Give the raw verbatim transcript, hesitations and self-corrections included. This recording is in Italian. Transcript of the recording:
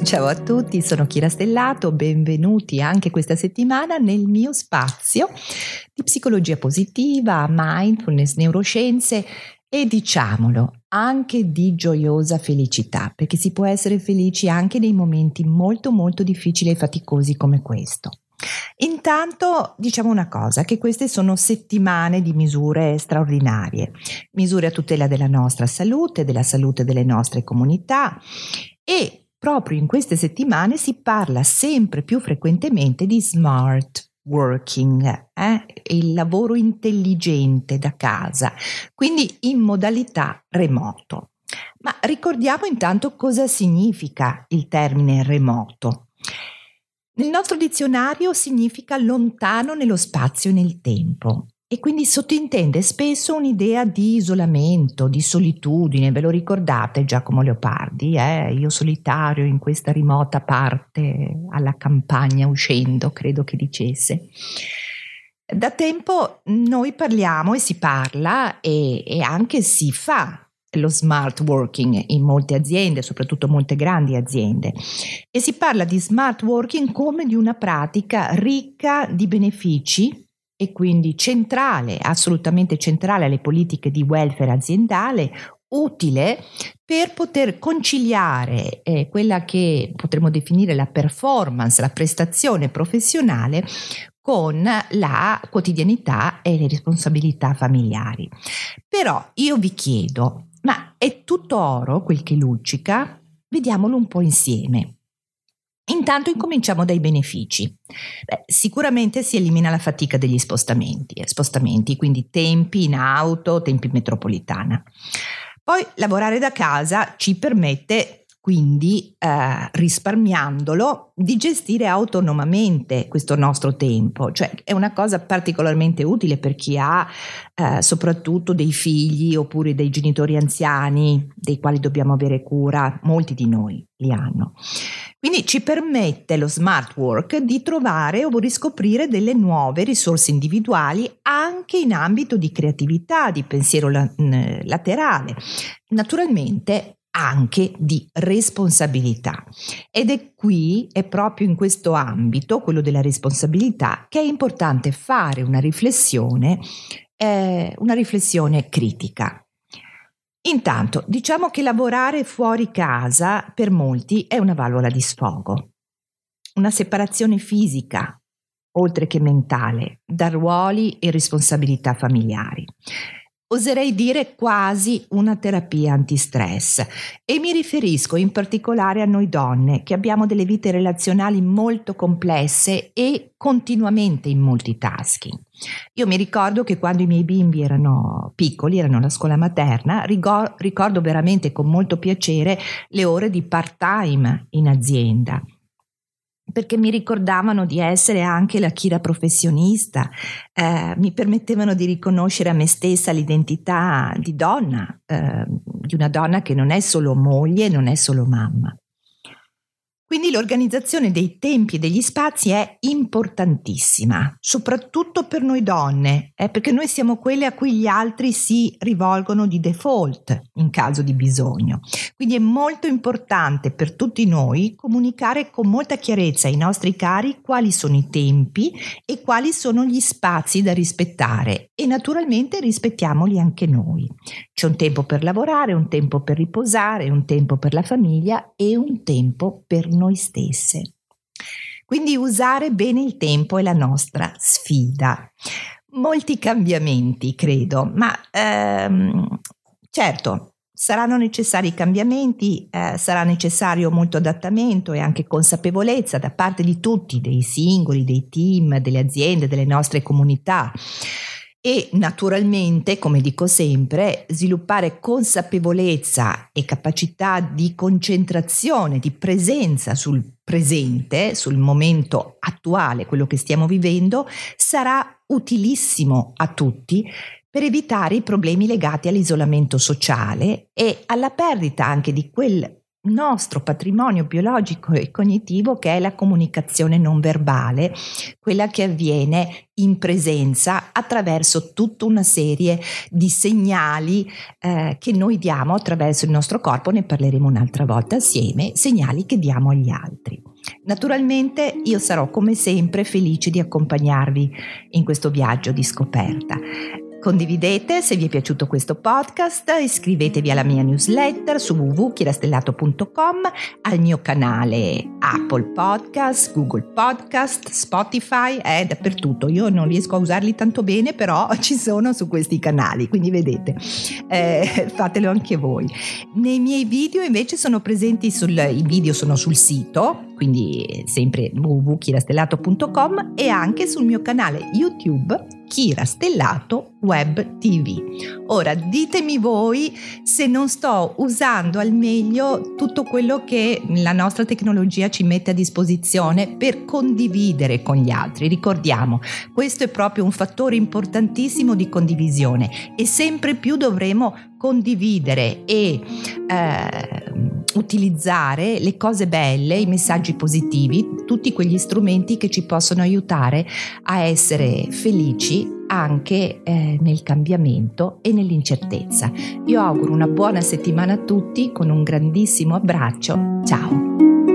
Ciao a tutti, sono Chiara Stellato, benvenuti anche questa settimana nel mio spazio di psicologia positiva, mindfulness, neuroscienze e diciamolo anche di gioiosa felicità, perché si può essere felici anche nei momenti molto molto difficili e faticosi come questo. Intanto diciamo una cosa, che queste sono settimane di misure straordinarie, misure a tutela della nostra salute, della salute delle nostre comunità e proprio in queste settimane si parla sempre più frequentemente di smart working, eh? il lavoro intelligente da casa, quindi in modalità remoto. Ma ricordiamo intanto cosa significa il termine remoto. Nel nostro dizionario significa lontano nello spazio e nel tempo. E quindi sottintende spesso un'idea di isolamento, di solitudine. Ve lo ricordate Giacomo Leopardi? Eh? Io solitario in questa remota parte alla campagna uscendo, credo che dicesse. Da tempo noi parliamo e si parla e, e anche si fa lo smart working in molte aziende, soprattutto molte grandi aziende. E si parla di smart working come di una pratica ricca di benefici e quindi centrale, assolutamente centrale alle politiche di welfare aziendale, utile per poter conciliare eh, quella che potremmo definire la performance, la prestazione professionale con la quotidianità e le responsabilità familiari. Però io vi chiedo, ma è tutto oro quel che luccica? Vediamolo un po' insieme. Intanto incominciamo dai benefici. Beh, sicuramente si elimina la fatica degli spostamenti, eh, spostamenti, quindi tempi in auto, tempi in metropolitana. Poi lavorare da casa ci permette quindi, eh, risparmiandolo, di gestire autonomamente questo nostro tempo. Cioè è una cosa particolarmente utile per chi ha eh, soprattutto dei figli oppure dei genitori anziani dei quali dobbiamo avere cura, molti di noi li hanno. Quindi ci permette lo smart work di trovare o riscoprire delle nuove risorse individuali anche in ambito di creatività, di pensiero la- laterale, naturalmente anche di responsabilità. Ed è qui, è proprio in questo ambito, quello della responsabilità, che è importante fare una riflessione, eh, una riflessione critica. Intanto, diciamo che lavorare fuori casa per molti è una valvola di sfogo, una separazione fisica, oltre che mentale, da ruoli e responsabilità familiari. Oserei dire quasi una terapia antistress e mi riferisco in particolare a noi donne che abbiamo delle vite relazionali molto complesse e continuamente in multitasking. Io mi ricordo che quando i miei bimbi erano piccoli, erano alla scuola materna, ricordo, ricordo veramente con molto piacere le ore di part-time in azienda, perché mi ricordavano di essere anche la Chiara professionista, eh, mi permettevano di riconoscere a me stessa l'identità di donna, eh, di una donna che non è solo moglie, non è solo mamma. Quindi l'organizzazione dei tempi e degli spazi è importantissima, soprattutto per noi donne, eh, perché noi siamo quelle a cui gli altri si rivolgono di default in caso di bisogno. Quindi è molto importante per tutti noi comunicare con molta chiarezza ai nostri cari quali sono i tempi e quali sono gli spazi da rispettare e naturalmente rispettiamoli anche noi. C'è un tempo per lavorare, un tempo per riposare, un tempo per la famiglia e un tempo per noi stesse. Quindi usare bene il tempo è la nostra sfida. Molti cambiamenti, credo, ma ehm, certo, saranno necessari cambiamenti, eh, sarà necessario molto adattamento e anche consapevolezza da parte di tutti, dei singoli, dei team, delle aziende, delle nostre comunità. E naturalmente, come dico sempre, sviluppare consapevolezza e capacità di concentrazione, di presenza sul presente, sul momento attuale, quello che stiamo vivendo, sarà utilissimo a tutti per evitare i problemi legati all'isolamento sociale e alla perdita anche di quel nostro patrimonio biologico e cognitivo, che è la comunicazione non verbale, quella che avviene in presenza attraverso tutta una serie di segnali eh, che noi diamo attraverso il nostro corpo. Ne parleremo un'altra volta assieme, segnali che diamo agli altri. Naturalmente io sarò come sempre felice di accompagnarvi in questo viaggio di scoperta. Condividete se vi è piaciuto questo podcast, iscrivetevi alla mia newsletter su w w w punto chiarastellato punto com, al mio canale Apple Podcast, Google Podcast, Spotify, è dappertutto. Io non riesco a usarli tanto bene, però ci sono su questi canali, quindi vedete, eh, fatelo anche voi. Nei miei video invece sono presenti, sul, i video sono sul sito, quindi sempre w w w punto chiarastellato punto com, e anche sul mio canale YouTube Chiara Stellato Web T V. Ora ditemi voi se non sto usando al meglio tutto quello che la nostra tecnologia ci mette a disposizione per condividere con gli altri. Ricordiamo, questo è proprio un fattore importantissimo di condivisione, e sempre più dovremo condividere e eh, utilizzare le cose belle, i messaggi positivi, tutti quegli strumenti che ci possono aiutare a essere felici anche eh, nel cambiamento e nell'incertezza. Io auguro una buona settimana a tutti con un grandissimo abbraccio. Ciao!